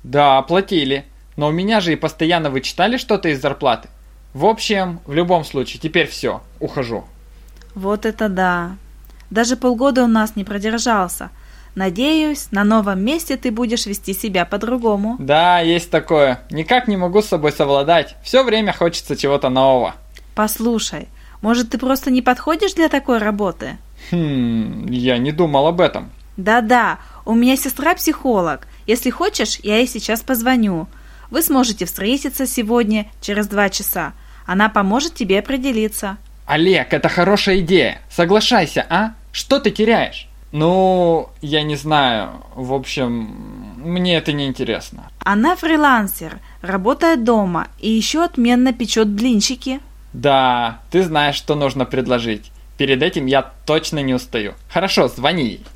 Да, платили. Но у меня же и постоянно вычитали что-то из зарплаты. В общем, в любом случае, теперь все, ухожу. Вот это да. Даже полгода у нас не продержался. Надеюсь, на новом месте ты будешь вести себя по-другому. Да, есть такое. Никак не могу с собой совладать. Все время хочется чего-то нового. Послушай, может, ты просто не подходишь для такой работы? Я не думал об этом. Да-да, у меня сестра психолог. Если хочешь, я ей сейчас позвоню. Вы сможете встретиться сегодня через 2 часа. Она поможет тебе определиться. Олег, это хорошая идея. Соглашайся, а? Что ты теряешь? Ну, я не знаю. В общем, мне это не интересно. Она фрилансер, работает дома и еще отменно печет блинчики. Да, ты знаешь, что нужно предложить. Перед этим я точно не устаю. Хорошо, звони ей.